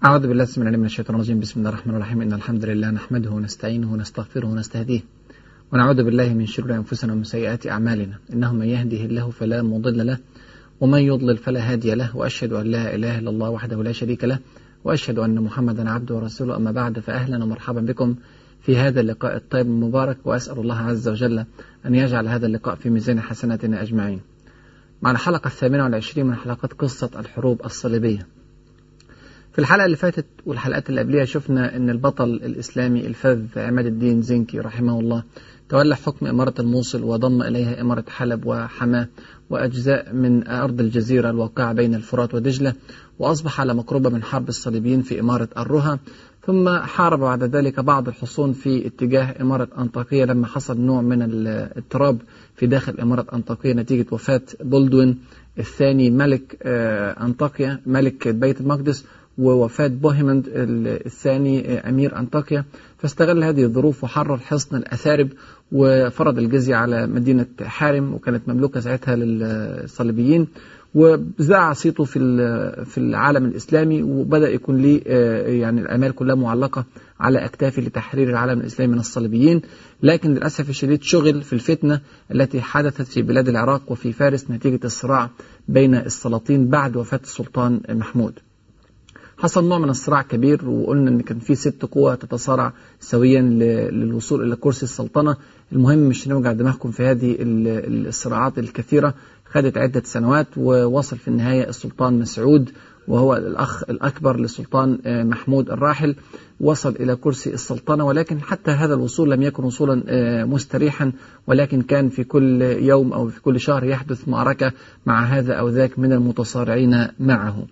أعوذ بالله السميع العليم من الشيطان الرجيم. بسم الله الرحمن الرحيم. إن الحمد لله نحمده ونستعينه ونستغفره ونستهديه ونعوذ بالله من شرور أنفسنا ومن سيئات أعمالنا. إنه من يهده الله فلا مضل له ومن يضلل فلا هادي له، وأشهد أن لا إله إلا الله وحده لا شريك له، وأشهد أن محمدا عبده ورسوله. أما بعد، فأهلا ومرحبا بكم في هذا اللقاء الطيب المبارك، وأسأل الله عز وجل أن يجعل هذا اللقاء في ميزان حسناتنا أجمعين. مع الحلقة 28 من حلقات قصة الحروب الصليبية. في الحلقة اللي فاتت والحلقات اللي قبلها شفنا أن البطل الإسلامي الفذ عماد الدين زنكي رحمه الله تولى حكم إمارة الموصل، وضم إليها إمارة حلب وحماة وأجزاء من أرض الجزيرة الواقعة بين الفرات ودجلة، وأصبح على مقربة من حرب الصليبيين في إمارة الرها. ثم حارب بعد ذلك بعض الحصون في اتجاه إمارة أنطاكية لما حصل نوع من الاضطراب في داخل إمارة أنطاكية نتيجة وفاة بولدوين الثاني ملك أنطاكيا ملك بيت المقدس، ووفاة بوهيمند الثاني أمير أنطاكيا. فاستغل هذه الظروف وحرر حصن الأثارب وفرض الجزية على مدينة حارم، وكانت مملوكة ساعتها للصليبيين، وزع صيته في العالم الإسلامي، وبدأ يكون لي يعني الآمال كلها معلقة على أكتافه لتحرير العالم الإسلامي من الصليبيين. لكن للأسف الشديد شغل في الفتنة التي حدثت في بلاد العراق وفي فارس نتيجة الصراع بين السلاطين بعد وفاة السلطان محمود. حصل نوع من الصراع كبير، وقلنا ان كان في 6 قوى تتصارع سويا للوصول الى كرسي السلطنة. المهم مش نوجع دماغكم في هذه الصراعات الكثيرة، خدت عدة سنوات، ووصل في النهاية السلطان مسعود وهو الأخ الأكبر للسلطان محمود الراحل، وصل إلى كرسي السلطنة. ولكن حتى هذا الوصول لم يكن وصولا مستريحا، ولكن كان في كل يوم أو في كل شهر يحدث معركة مع هذا أو ذاك من المتصارعين معه.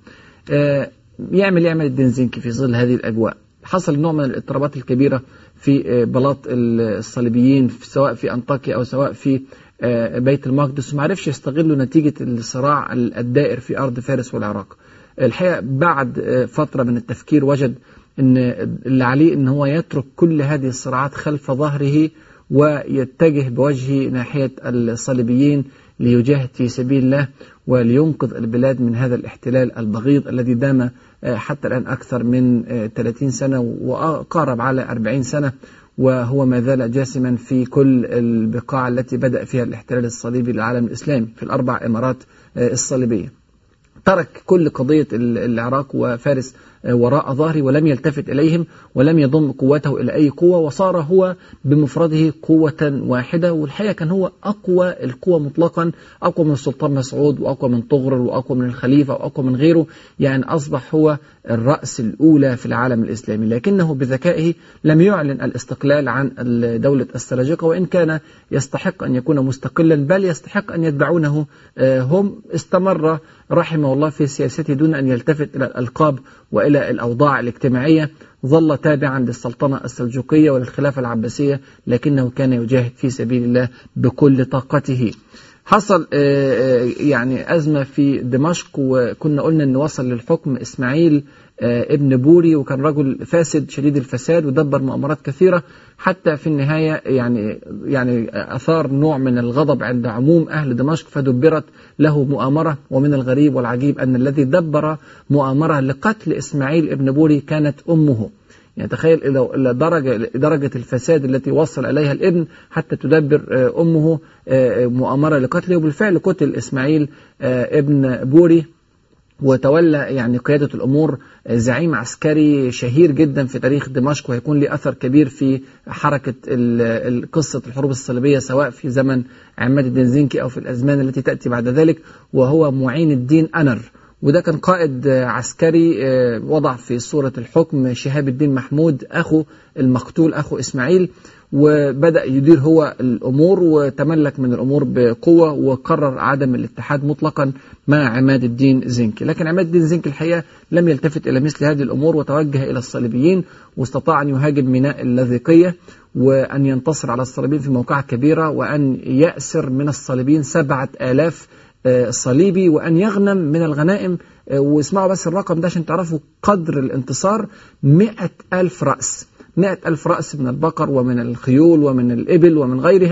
يعمل الدين زنكي في ظل هذه الأجواء. حصل نوع من الاضطرابات الكبيرة في بلاط الصليبيين سواء في أنطاكيا أو سواء في بيت المقدس، وما عرفش يستغلوا نتيجة الصراع الدائر في أرض فارس والعراق. الحقيقة بعد فترة من التفكير وجد أن اللي عليه أن هو يترك كل هذه الصراعات خلف ظهره ويتجه بوجهه ناحية الصليبيين ليجاهد في سبيل الله ولينقذ البلاد من هذا الاحتلال البغيض الذي دام حتى الآن أكثر من 30 سنة وقارب على 40 سنة، وهو ما زال جاسما في كل البقاع التي بدأ فيها الاحتلال الصليبي للعالم الإسلامي في ال4 إمارات الصليبية. ترك كل قضية العراق وفارس وراء ظهره ولم يلتفت إليهم ولم يضم قوته إلى أي قوة، وصار هو بمفرده قوة واحدة. والحقيقة كان هو أقوى القوى مطلقا، أقوى من السلطان مسعود وأقوى من طغرل وأقوى من الخليفة وأقوى من غيره. يعني أصبح هو الرأس الأولى في العالم الإسلامي، لكنه بذكائه لم يعلن الاستقلال عن دولة السلاجقة، وإن كان يستحق أن يكون مستقلا بل يستحق أن يتبعونه هم. استمر رحمه الله في سياسته دون أن يلتفت إلى الألقاب وإلى الأوضاع الاجتماعية. ظل تابعا للسلطنة السلجوقية وللخلافة العباسية، لكنه كان يجاهد في سبيل الله بكل طاقته. حصل يعني أزمة في دمشق، وكنا قلنا أن وصل للحكم إسماعيل ابن بوري، وكان رجل فاسد شديد الفساد ودبر مؤامرات كثيرة، حتى في النهاية يعني أثار نوع من الغضب عند عموم أهل دمشق فدبرت له مؤامرة. ومن الغريب والعجيب أن الذي دبر مؤامرة لقتل إسماعيل ابن بوري كانت أمه. يعني تخيل إلى درجة الفساد التي وصل إليها الابن حتى تدبر أمه مؤامرة لقتله. وبالفعل قتل إسماعيل ابن بوري، وتولى يعني قيادة الأمور زعيم عسكري شهير جدا في تاريخ دمشق، ويكون له أثر كبير في حركة قصة الحروب الصليبية سواء في زمن عماد الدين زنكي أو في الأزمان التي تأتي بعد ذلك. وهو معين الدين أنر، وده كان قائد عسكري وضع في صورة الحكم شهاب الدين محمود أخو المقتول أخو إسماعيل، وبدأ يدير هو الأمور وتملك من الأمور بقوة، وقرر عدم الاتحاد مطلقا مع عماد الدين زنكي. لكن عماد الدين زنكي الحقيقة لم يلتفت إلى مثل هذه الأمور، وتوجه إلى الصليبيين، واستطاع أن يهاجم ميناء اللاذقية وأن ينتصر على الصليبيين في موقعة كبيرة، وأن يأسر من الصليبيين 7000 صليبي، وأن يغنم من الغنائم. واسمعوا بس الرقم ده عشان تعرفوا قدر الانتصار: 100,000 رأس. 100,000 رأس من البقر ومن الخيول ومن الإبل ومن غيرها،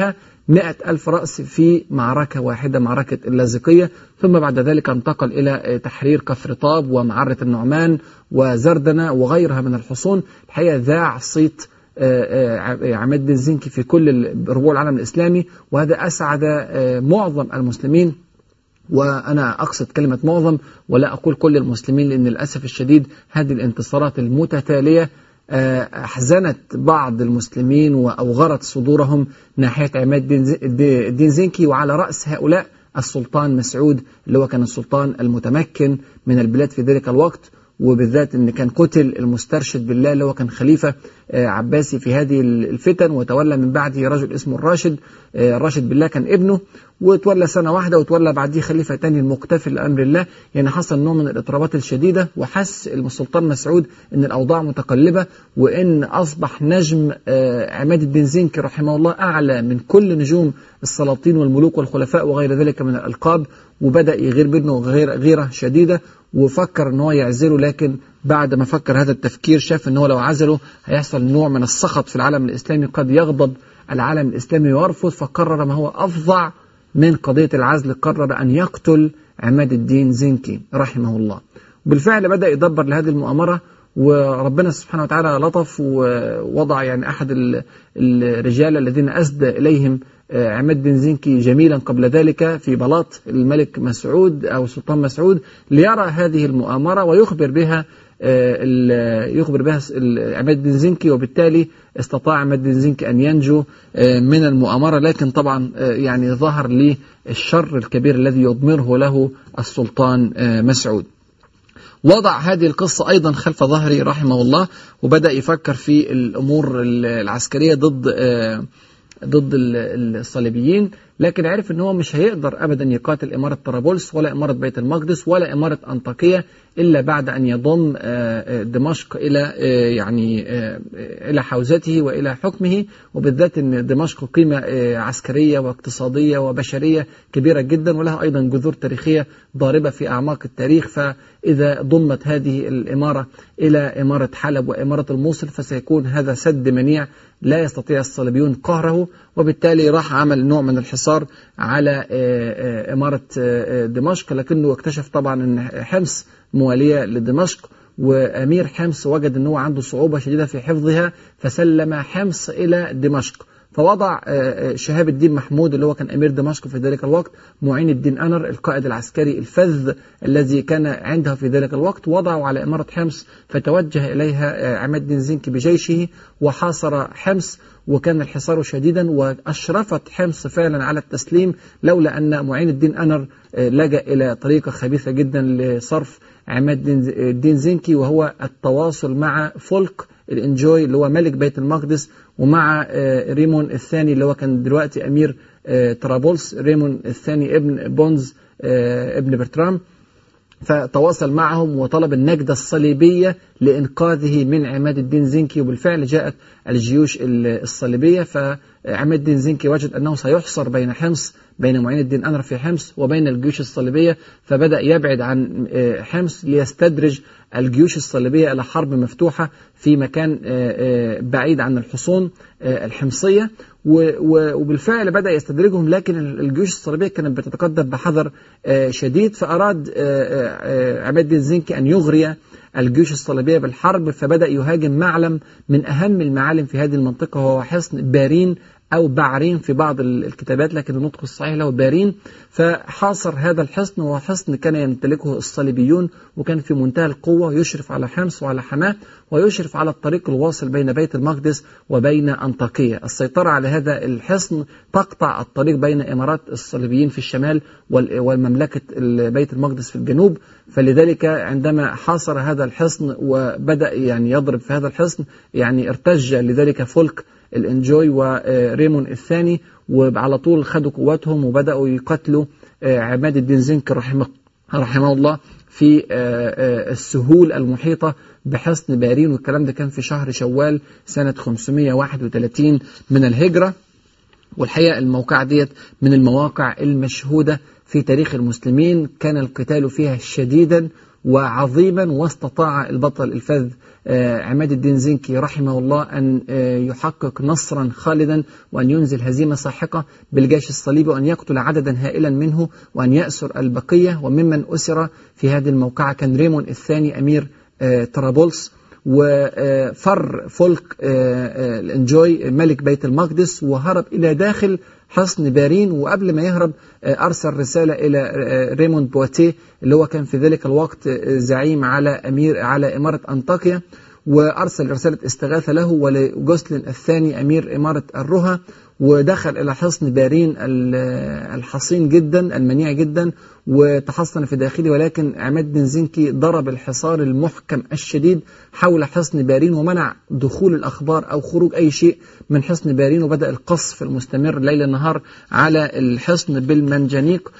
100,000 رأس في معركة واحدة، معركة اللاذقية. ثم بعد ذلك انتقل إلى تحرير كفرطاب ومعرة النعمان وزردنة وغيرها من الحصون. الحقيقة ذاع صيت عماد الدين زنكي في كل ربوع العالم الإسلامي، وهذا أسعد معظم المسلمين، وأنا أقصد كلمة معظم ولا أقول كل المسلمين، لأن للأسف الشديد هذه الانتصارات المتتالية أحزنت بعض المسلمين وأوغرت صدورهم ناحية عماد الدين زنكي، وعلى رأس هؤلاء السلطان مسعود اللي هو كان السلطان المتمكن من البلاد في ذلك الوقت، وبالذات ان كان قتل المسترشد بالله اللي هو كان خليفة عباسي في هذه الفتن، وتولى من بعده رجل اسمه الراشد بالله كان ابنه، وتولى سنة واحدة وتولى بعديه خليفة تاني المقتفل لأمر الله. يعني حصل نوع من الاضطرابات الشديدة، وحس السلطان مسعود ان الأوضاع متقلبة، وان أصبح نجم عماد الدين زنكي رحمه الله أعلى من كل نجوم السلاطين والملوك والخلفاء وغير ذلك من الألقاب، وبدأ يغير منه غيرة شديدة، وفكر ان هو يعزله. لكن بعد ما فكر هذا التفكير شاف ان هو لو عزله هيحصل نوع من السخط في العالم الإسلامي، قد يغضب العالم الإسلامي ويرفض، فقرر ما هو أفظع من قضية العزل، قرر أن يقتل عماد الدين زنكي رحمه الله. وبالفعل بدأ يدبر لهذه المؤامرة، وربنا سبحانه وتعالى لطف ووضع يعني أحد الرجال الذين أسدى إليهم عماد الدين زنكي جميلا قبل ذلك في بلاط الملك مسعود أو السلطان مسعود، ليرى هذه المؤامرة ويخبر بها عماد الدين زنكي، وبالتالي استطاع عماد الدين زنكي أن ينجو من المؤامرة. لكن طبعا يعني ظهر لي الشر الكبير الذي يضمره له السلطان مسعود. وضع هذه القصة أيضا خلف ظهري رحمه الله، وبدأ يفكر في الأمور العسكرية ضد الصليبيين، لكن عرف ان هو مش هيقدر ابدا يقاتل امارة طرابلس ولا امارة بيت المقدس ولا امارة انطاكية الا بعد ان يضم دمشق الى الى حوزته والى حكمه، وبالذات ان دمشق قيمة عسكرية واقتصادية وبشرية كبيرة جدا، ولها ايضا جذور تاريخية ضاربة في اعماق التاريخ. فاذا ضمت هذه الامارة الى امارة حلب وامارة الموصل فسيكون هذا سد منيع لا يستطيع الصليبيون قهره، وبالتالي راح عمل نوع من الحصار على إمارة دمشق. لكنه اكتشف طبعا أن حمص موالية لدمشق، وأمير حمص وجد أنه عنده صعوبة شديدة في حفظها، فسلم حمص إلى دمشق. فوضع شهاب الدين محمود اللي هو كان أمير دمشق في ذلك الوقت معين الدين أنر القائد العسكري الفذ الذي كان عندها في ذلك الوقت، وضعه على إمارة حمص، فتوجه إليها عماد الدين زنكي بجيشه وحاصر حمص، وكان الحصار شديدا، وأشرفت حمص فعلا على التسليم لولا أن معين الدين أنر لجأ إلى طريقة خبيثة جدا لصرف عماد الدين زنكي، وهو التواصل مع فولك الإنجوي اللي هو ملك بيت المقدس، ومع ريمون الثاني اللي هو كان دلوقتي أمير طرابلس، ريمون الثاني ابن بونز ابن برترام. فتواصل معهم وطلب النجدة الصليبية لإنقاذه من عماد الدين زنكي، وبالفعل جاءت الجيوش الصليبية. فعماد الدين زنكي وجد أنه سيحصر بين حمص، بين معين الدين أنر في حمص وبين الجيوش الصليبية، فبدأ يبعد عن حمص ليستدرج الجيوش الصليبية إلى حرب مفتوحة في مكان بعيد عن الحصون الحمصية، وبالفعل بدأ يستدرجهم. لكن الجيوش الصليبية كانت بتتقدم بحذر شديد، فأراد عماد الدين زنكي أن يغري الجيوش الصليبية بالحرب، فبدأ يهاجم معلم من أهم المعالم في هذه المنطقة وهو حصن بارين أو بعرين في بعض الكتابات، لكن النطق الصحيح له بارين. فحاصر هذا الحصن، وهو حصن كان يمتلكه الصليبيون، وكان في منتهى القوة، يشرف على حمص وعلى حماة، ويشرف على الطريق الواصل بين بيت المقدس وبين أنطاكية. السيطرة على هذا الحصن تقطع الطريق بين إمارات الصليبيين في الشمال والمملكة بيت المقدس في الجنوب. فلذلك عندما حاصر هذا الحصن وبدأ يضرب في هذا الحصن، ارتج لذلك فولك الانجوي وريمون الثاني، وعلى طول خدوا قواتهم وبدأوا يقتلوا عماد الدين زنكي رحمه الله في السهول المحيطة بحصن بارين. والكلام ده كان في شهر شوال سنة 531 من الهجرة. والحقيقة الموقع ديت من المواقع المشهودة في تاريخ المسلمين، كان القتال فيها شديدا وعظيما، واستطاع البطل الفذ عماد الدين زنكي رحمه الله أن يحقق نصرا خالدا، وأن ينزل هزيمة ساحقة بالجيش الصليبي، وأن يقتل عددا هائلا منه، وأن يأسر البقية. وممن أسر في هذه الموقعة كان ريمون الثاني أمير طرابلس، وفر فولك الانجوي ملك بيت المقدس وهرب إلى داخل حصن بارين. وقبل ما يهرب أرسل رسالة إلى ريموند بواتيه اللي هو كان في ذلك الوقت زعيم على إمارة أنطاكيا، وأرسل رسالة استغاثة له ولجوسلين الثاني أمير إمارة الرها، ودخل إلى حصن بارين الحصين جدا المنيع جدا وتحصن في داخله. ولكن عماد الدين زنكي ضرب الحصار المحكم الشديد حول حصن بارين ومنع دخول الأخبار أو خروج أي شيء من حصن بارين، وبدأ القصف المستمر ليل نهار على الحصن بالمنجنيق.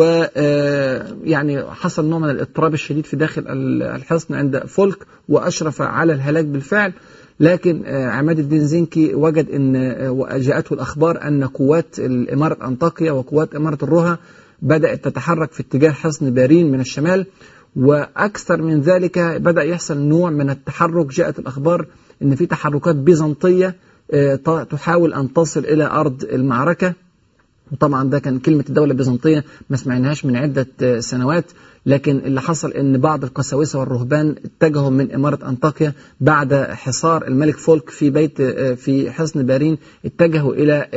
ويعني حصل نوع من الاضطراب الشديد في داخل الحصن عند فولك، وأشرف على الهلاك بالفعل. لكن عماد الدين زنكي وجد أن جاءته الأخبار أن قوات إمارة أنطاكيا وقوات إمارة الرها بدأت تتحرك في اتجاه حصن بارين من الشمال، وأكثر من ذلك بدأ يحصل نوع من التحرك. جاءت الأخبار أن في تحركات بيزنطية تحاول أن تصل إلى أرض المعركة، وطبعا ده كان كلمة الدولة البيزنطية ما سمعناهاش من عدة سنوات. لكن اللي حصل ان بعض القساوسة والرهبان اتجهوا من إمارة أنطاكيا بعد حصار الملك فولك في حصن بارين، اتجهوا الى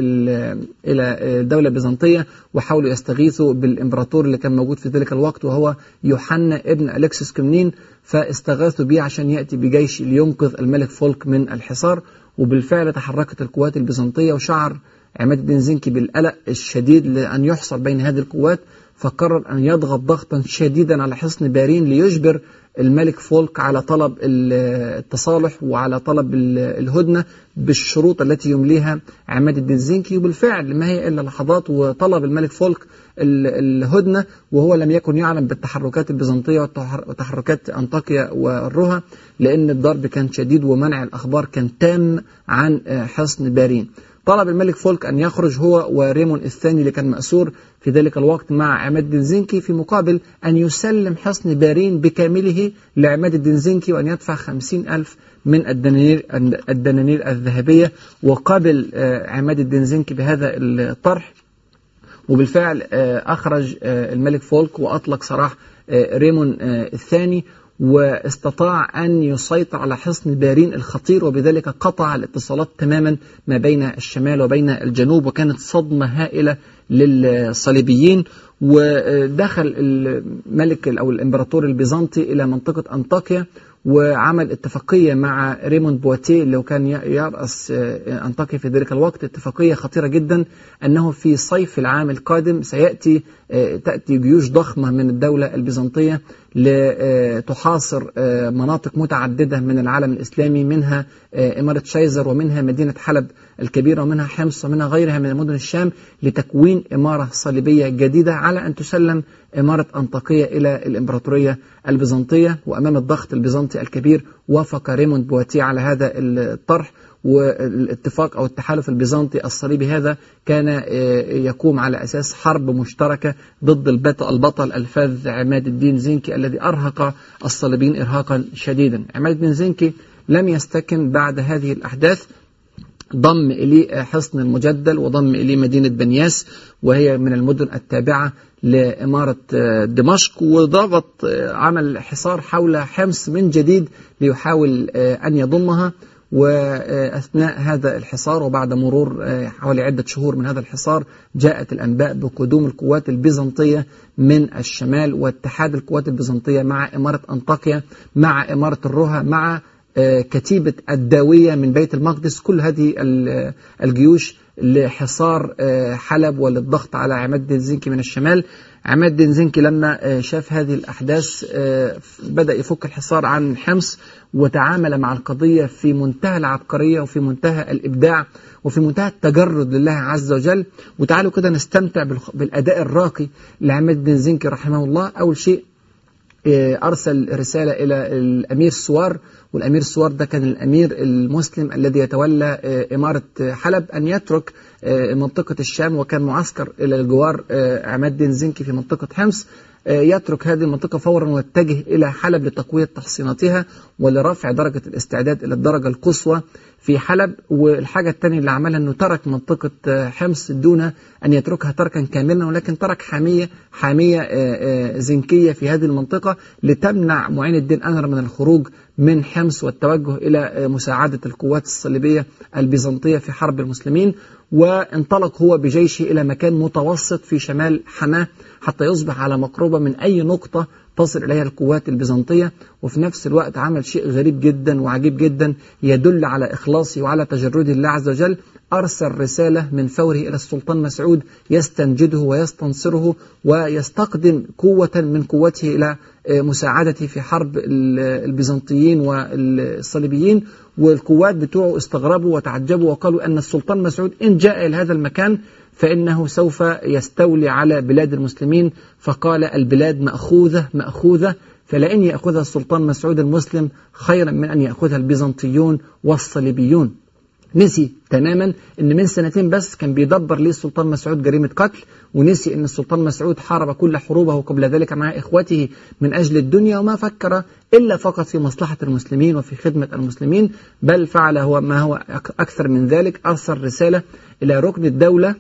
الدولة البيزنطية وحاولوا يستغيثوا بالامبراطور اللي كان موجود في ذلك الوقت وهو يوحنا ابن أليكسس كومنين، فاستغاثوا به عشان يأتي بجيش لينقذ الملك فولك من الحصار. وبالفعل تحركت القوات البيزنطية، وشعر عماد الدين زنكي بالقلق الشديد لأن يحصر بين هذه القوات، فقرر أن يضغط ضغطا شديدا على حصن بارين ليجبر الملك فولك على طلب التصالح وعلى طلب الهدنة بالشروط التي يمليها عماد الدين زنكي. وبالفعل ما هي إلا لحظات وطلب الملك فولك الهدنة، وهو لم يكن يعلم بالتحركات البيزنطية وتحركات أنطاكيا والرها، لأن الضرب كان شديد ومنع الأخبار كان تام عن حصن بارين. طلب الملك فولك أن يخرج هو وريمون الثاني اللي كان مأسور في ذلك الوقت مع عماد الدين زنكي، في مقابل أن يسلم حصن بارين بكامله لعماد الدين زنكي، وأن يدفع 50,000 من الدنانير الذهبية. وقابل عماد الدين زنكي بهذا الطرح، وبالفعل أخرج الملك فولك وأطلق سراح ريمون الثاني، واستطاع أن يسيطر على حصن بارين الخطير، وبذلك قطع الاتصالات تماما ما بين الشمال وبين الجنوب، وكانت صدمة هائلة للصليبيين. ودخل الملك أو الإمبراطور البيزنطي إلى منطقة أنطاكيا، وعمل اتفاقية مع ريموند بواتيه اللي كان يرأس أنطاكيا في ذلك الوقت، اتفاقية خطيرة جدا أنه في صيف العام القادم تأتي جيوش ضخمة من الدولة البيزنطية لتحاصر مناطق متعددة من العالم الإسلامي، منها إمارة شايزر ومنها مدينة حلب الكبيرة ومنها حمص ومنها غيرها من مدن الشام، لتكوين إمارة صليبية جديدة على أن تسلم إمارة أنطاكية إلى الإمبراطورية البيزنطية. وأمام الضغط البيزنطي الكبير وافق ريموند بواتيه على هذا الطرح، والاتفاق أو التحالف البيزنطي الصليبي هذا كان يقوم على أساس حرب مشتركة ضد البطل الفذ عماد الدين زنكي الذي أرهق الصليبيين إرهاقا شديدا. عماد الدين زنكي لم يستكن بعد هذه الأحداث، ضم إليه حصن المجدل وضم إليه مدينة بنياس وهي من المدن التابعة لإمارة دمشق، وضغط عمل حصار حول حمص من جديد ليحاول أن يضمها. وأثناء هذا الحصار وبعد مرور حوالي عدة شهور من هذا الحصار جاءت الأنباء بقدوم القوات البيزنطية من الشمال، واتحاد القوات البيزنطية مع إمارة أنطاكيا مع إمارة الرها مع كتيبة الداوية من بيت المقدس، كل هذه الجيوش لحصار حلب وللضغط على عماد الدين زنكي من الشمال. عماد الدين زنكي لما شاف هذه الأحداث بدأ يفك الحصار عن حمص، وتعامل مع القضية في منتهى العبقرية وفي منتهى الإبداع وفي منتهى التجرد لله عز وجل. وتعالوا كده نستمتع بالأداء الراقي لعماد الدين زنكي رحمه الله. أول شيء أرسل رسالة إلى الأمير سوار، والأمير سوار ده كان الأمير المسلم الذي يتولى إمارة حلب، أن يترك منطقة الشام، وكان معسكر إلى الجوار عماد الدين زنكي في منطقة حمص، يترك هذه المنطقة فورا ويتجه إلى حلب لتقوية تحصيناتها ولرفع درجة الاستعداد إلى الدرجة القصوى في حلب. والحاجة الثانية اللي عملها أنه ترك منطقة حمص دون أن يتركها تركا كاملا، ولكن ترك حامية زنكية في هذه المنطقة لتمنع معين الدين أنر من الخروج من حمص والتوجه إلى مساعدة القوات الصليبية البيزنطية في حرب المسلمين. وانطلق هو بجيشه إلى مكان متوسط في شمال حماة حتى يصبح على مقربة من أي نقطة تصل إليها القوات البيزنطية. وفي نفس الوقت عمل شيء غريب جدا وعجيب جدا يدل على إخلاصه وعلى تجرده لله عز وجل. أرسل رسالة من فوره إلى السلطان مسعود يستنجده ويستنصره ويستقدم قوة من قوته إلى مساعدته في حرب البيزنطيين والصليبيين. والقوات بتوعه استغربوا وتعجبوا وقالوا أن السلطان مسعود إن جاء إلى هذا المكان فإنه سوف يستولي على بلاد المسلمين. فقال البلاد مأخوذة فلأن يأخذها السلطان مسعود المسلم خيرا من أن يأخذها البيزنطيون والصليبيون. نسي تماما أن من سنتين بس كان بيدبر ليه السلطان مسعود جريمة قتل، ونسي أن السلطان مسعود حارب كل حروبه قبل ذلك مع إخوته من أجل الدنيا، وما فكر إلا فقط في مصلحة المسلمين وفي خدمة المسلمين، بل فعل هو ما هو أكثر من ذلك. أرسل رسالة إلى ركن الدولة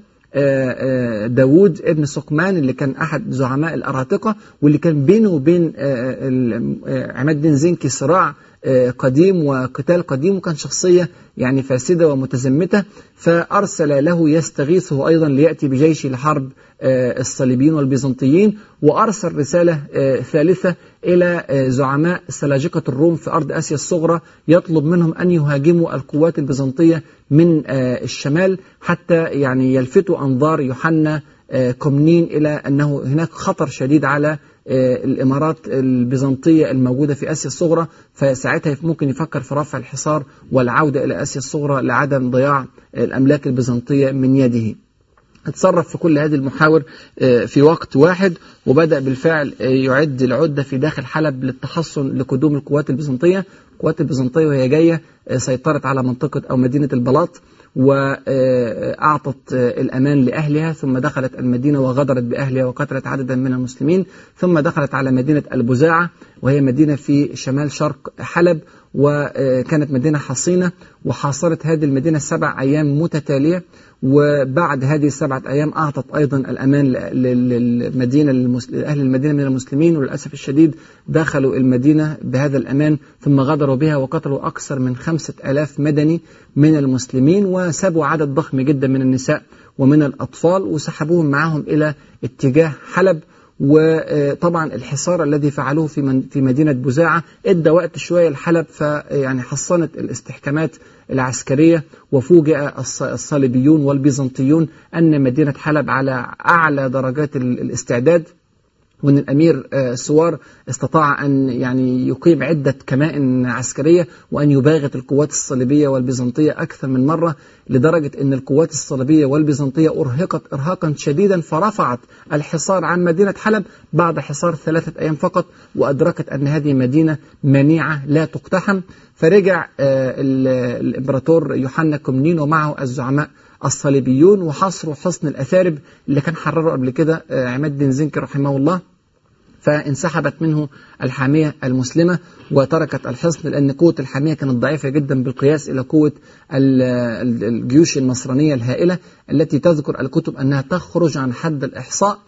داود ابن سقمان اللي كان أحد زعماء الأراطقة واللي كان بينه وبين عماد الدين زنكي صراع قديم وقتال قديم، وكان شخصية يعني فاسدة ومتزمتة. فأرسل له يستغيثه أيضا ليأتي بجيش لحرب الصليبيين والبيزنطيين. وأرسل رسالة ثالثة إلى زعماء سلاجقة الروم في أرض آسيا الصغرى يطلب منهم أن يهاجموا القوات البيزنطية من الشمال حتى يعني يلفتوا أنظار يوحنا كومنين إلى أنه هناك خطر شديد على الإمارات البيزنطية الموجودة في آسيا الصغرى، فساعتها ممكن يفكر في رفع الحصار والعودة إلى آسيا الصغرى لعدم ضياع الأملاك البيزنطية من يده. اتصرف في كل هذه المحاور في وقت واحد، وبدأ بالفعل يعد العدة في داخل حلب للتحصن لقدوم القوات البيزنطية. القوات البيزنطية وهي جاية سيطرت على منطقة أو مدينة البلاط وأعطت الأمان لأهلها، ثم دخلت المدينة وغدرت بأهلها وقتلت عددا من المسلمين، ثم دخلت على مدينة البزاعة وهي مدينة في شمال شرق حلب، وكانت مدينة حصينة، وحاصرت هذه المدينة 7 أيام متتالية. وبعد هذه 7 أيام أعطت أيضا الأمان للمدينة لأهل المدينة من المسلمين، وللأسف الشديد دخلوا المدينة بهذا الأمان ثم غدروا بها وقتلوا أكثر من 5000 مدني من المسلمين، وسابوا عدد ضخم جدا من النساء ومن الأطفال وسحبوهم معهم إلى اتجاه حلب. وطبعا الحصار الذي فعلوه في مدينة بزاعة ادى وقت شوية لحلب، فيعني حصنت الاستحكامات العسكرية، وفوجئ الصليبيون والبيزنطيون أن مدينة حلب على أعلى درجات الاستعداد، وأن الأمير سوار استطاع أن يعني يقيم عدة كمائن عسكرية وأن يباغت القوات الصليبية والبيزنطية أكثر من مرة، لدرجة أن القوات الصليبية والبيزنطية أرهقت إرهاقا شديدا، فرفعت الحصار عن مدينة حلب بعد حصار 3 أيام فقط، وأدركت أن هذه مدينة منيعة لا تقتحم. فرجع الإمبراطور يوحنا كومنين ومعه الزعماء الصليبيون وحصروا حصن الأثارب اللي كان حرره قبل كده عماد الدين زنكي رحمه الله، فانسحبت منه الحامية المسلمة وتركت الحصن، لأن قوة الحامية كانت ضعيفة جدا بالقياس إلى قوة الجيوش النصرانية الهائلة التي تذكر الكتب أنها تخرج عن حد الإحصاء.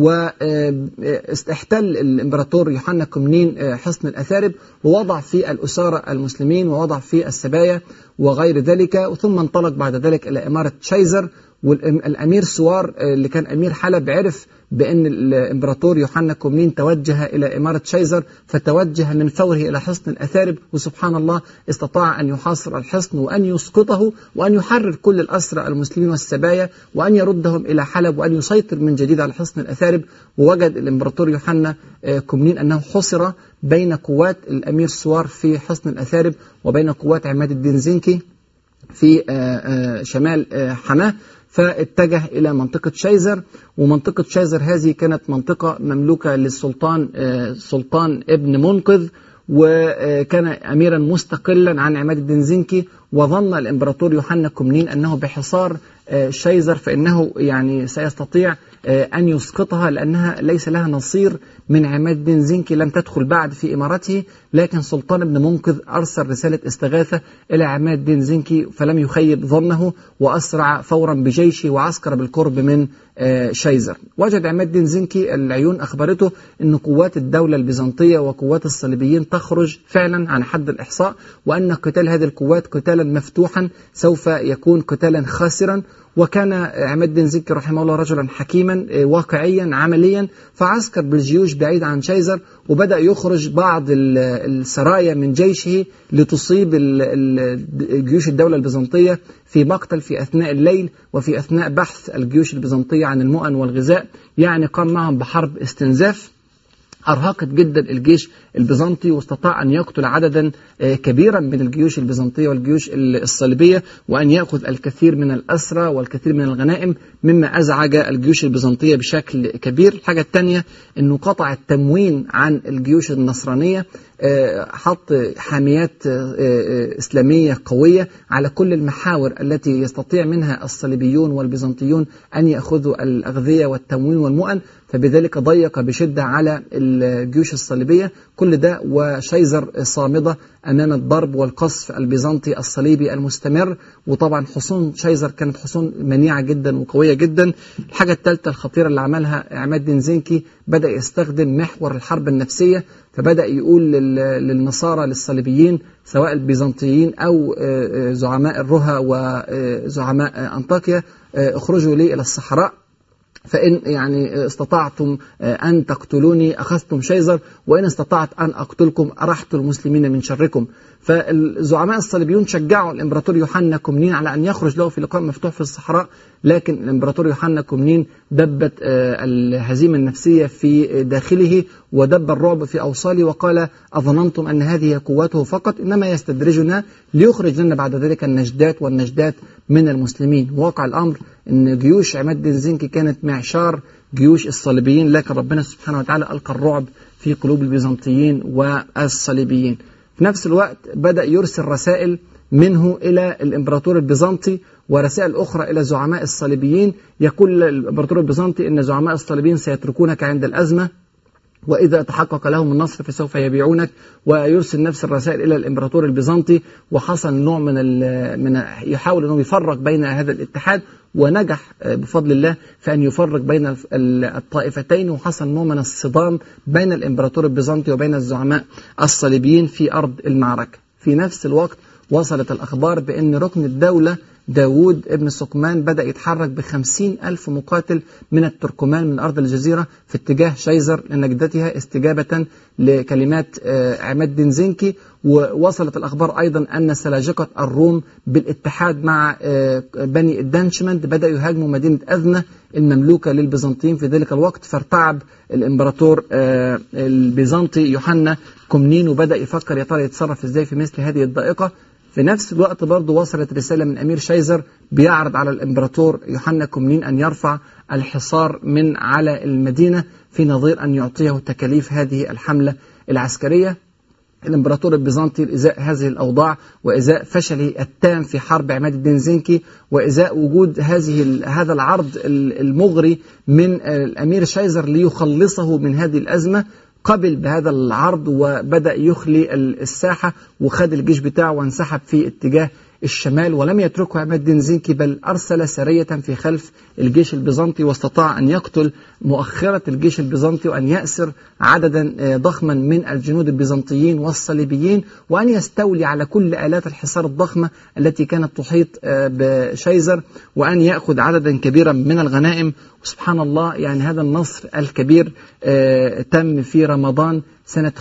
واحتل الإمبراطور يوحنا كومنين حصن الأثارب ووضع في الأسارة المسلمين ووضع في السبايا وغير ذلك، ثم انطلق بعد ذلك إلى إمارة شايزر. والأمير سوار اللي كان أمير حلب عرف بأن الإمبراطور يوحنا كومنين توجه إلى إمارة شايزر، فتوجه من فوره إلى حصن الأثارب، وسبحان الله استطاع أن يحاصر الحصن وأن يسقطه وأن يحرر كل الأسرى المسلمين والسبايا وأن يردهم إلى حلب وأن يسيطر من جديد على حصن الأثارب. ووجد الإمبراطور يوحنا كومنين أنه حصر بين قوات الأمير سوار في حصن الأثارب وبين قوات عماد الدين زنكي في شمال حماة، فاتجه إلى منطقة شايزر. ومنطقة شايزر هذه كانت منطقة مملوكة للسلطان سلطان ابن منقذ، وكان أميرا مستقلا عن عماد الدين زنكي. وظن الإمبراطور يوحنا كومنين أنه بحصار شيزر فإنه يعني سيستطيع أن يسقطها، لأنها ليس لها نصير من عماد الدين زنكي، لم تدخل بعد في إمارته، لكن سلطان بن منقذ أرسل رسالة استغاثة إلى عماد الدين زنكي فلم يخيب ظنه، وأسرع فورا بجيشه وعسكر بالقرب من شيزر. وجد عماد الدين زنكي العيون أخبرته أن قوات الدولة البيزنطية وقوات الصليبيين تخرج فعلا عن حد الإحصاء، وأن قتال هذه القوات قتالا مفتوحا سوف يكون قتالا خاسرا. وكان عماد الدين زنكي رحمه الله رجلا حكيما واقعيا عمليا، فعسكر بالجيوش بعيد عن شيزر، وبدأ يخرج بعض السرايا من جيشه لتصيب جيوش الدولة البيزنطية في مقتل في أثناء الليل وفي أثناء بحث الجيوش البيزنطية عن المؤن والغذاء. يعني قام معهم بحرب استنزاف أرهقت جدا الجيش البيزنطي، واستطاع أن يقتل عددا كبيرا من الجيوش البيزنطية والجيوش الصليبية، وأن يأخذ الكثير من الأسرى والكثير من الغنائم، مما أزعج الجيوش البيزنطية بشكل كبير. الحاجة الثانية أنه قطع التموين عن الجيوش النصرانية، حط حاميات إسلامية قوية على كل المحاور التي يستطيع منها الصليبيون والبيزنطيون أن يأخذوا الأغذية والتموين والمؤن، فبذلك ضيق بشدة على الجيوش الصليبية. كل ده وشيزر صامدة أمام الضرب والقصف البيزنطي الصليبي المستمر. وطبعا حصون شيزر كانت حصون منيعة جدا وقوية جدا. الحاجة الثالثة الخطيرة اللي عملها عماد الدين زنكي، بدأ يستخدم محور الحرب النفسية، فبدأ يقول للنصارى للصليبيين سواء البيزنطيين أو زعماء الرها وزعماء أنطاكيا، اخرجوا لي إلى الصحراء، فإن يعني استطعتم أن تقتلوني أخذتم شيزر، وإن استطعت أن أقتلكم أرحت المسلمين من شركم. فالزعماء الصليبيون شجعوا الإمبراطور يوحنا كومنين على أن يخرج له في لقاء مفتوح في الصحراء، لكن الإمبراطور يوحنا كومنين دبت الهزيمة النفسية في داخله ودب الرعب في أوصاله، وقال أظننتم أن هذه قوته فقط، إنما يستدرجنا ليخرج لنا بعد ذلك النجدات والنجدات من المسلمين. واقع الأمر أن جيوش عماد الدين زنكي كانت معشار جيوش الصليبيين، لكن ربنا سبحانه وتعالى ألقى الرعب في قلوب البيزنطيين والصليبيين. في نفس الوقت بدأ يرسل رسائل منه إلى الإمبراطور البيزنطي ورسائل أخرى إلى زعماء الصليبيين، يقول الإمبراطور البيزنطي إن زعماء الصليبيين سيتركونك عند الأزمة، وإذا تحقق لهم النصر فسوف يبيعونك. ويرسل نفس الرسائل إلى الإمبراطور البيزنطي، وحصل نوع من يحاول أنه يفرق بين هذا الاتحاد، ونجح بفضل الله في أن يفرق بين الطائفتين، وحصل نوع من الصدام بين الإمبراطور البيزنطي وبين الزعماء الصليبيين في أرض المعركة. في نفس الوقت وصلت الأخبار بأن ركن الدولة داود ابن سقمان بدأ يتحرك ب50,000 مقاتل من التركمان من أرض الجزيرة في اتجاه شيزر لنجدتها استجابة لكلمات عماد الدين زنكي. ووصلت الأخبار أيضا أن سلاجقة الروم بالاتحاد مع بني الدانشمند بدأوا يهاجموا مدينة أذنة المملوكة للبيزنطيين في ذلك الوقت، فارتعب الإمبراطور البيزنطي يوحنا كومنين وبدأ يفكر يا ترى يتصرف إزاي في مثل هذه الضائقة. في نفس الوقت برضه وصلت رسالة من أمير شيزر بيعرض على الإمبراطور يوحنا كومنين أن يرفع الحصار من على المدينة في نظير أن يعطيه تكاليف هذه الحملة العسكرية. الإمبراطور البيزنطي إزاء هذه الأوضاع وإزاء فشله التام في حرب عماد الدين زنكي وإزاء وجود هذا العرض المغري من الأمير شيزر ليخلصه من هذه الأزمة، قبل بهذا العرض وبدأ يخلي الساحة وخد الجيش بتاعه وانسحب في اتجاه الشمال، ولم يتركه عماد الدين زنكي بل أرسل سرية في خلف الجيش البيزنطي، واستطاع أن يقتل مؤخرة الجيش البيزنطي وأن يأسر عددا ضخما من الجنود البيزنطيين والصليبيين، وأن يستولي على كل آلات الحصار الضخمة التي كانت تحيط بشيزر، وأن يأخذ عددا كبيرا من الغنائم. وسبحان الله يعني هذا النصر الكبير تم في رمضان سنة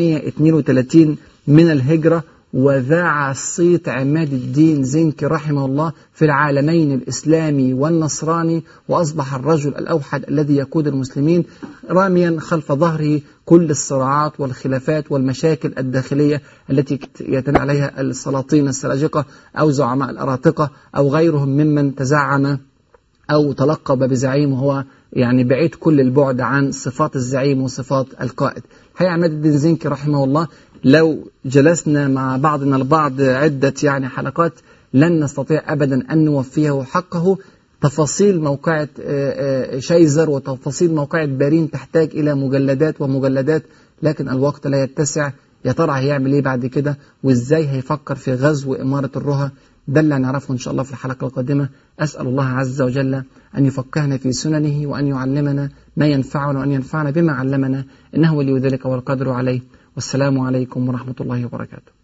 532 من الهجرة، وذاع صيت عماد الدين زنكي رحمه الله في العالمين الإسلامي والنصراني، وأصبح الرجل الأوحد الذي يقود المسلمين راميا خلف ظهره كل الصراعات والخلافات والمشاكل الداخلية التي يتنى عليها السلاطين السلاجقة أو زعماء الأراطقة أو غيرهم ممن تزعم أو تلقب بزعيم، وهو يعني بعيد كل البعد عن صفات الزعيم وصفات القائد. الحقيقة عماد الدين زنكي رحمه الله لو جلسنا مع بعضنا البعض عدة يعني حلقات لن نستطيع أبدا أن نوفيه حقه. تفاصيل موقعة شيزر وتفاصيل موقعة بارين تحتاج إلى مجلدات ومجلدات، لكن الوقت لا يتسع. يا ترى هيعمل إيه بعد كده، وإزاي هيفكر في غزو إمارة الرها؟ ده اللي هنعرفه إن شاء الله في الحلقة القادمة. أسأل الله عز وجل أن يفقهنا في سننه، وأن يعلمنا ما ينفعنا، وأن ينفعنا بما علمنا، إنه ولي ذلك والقدر عليه. والسلام عليكم ورحمة الله وبركاته.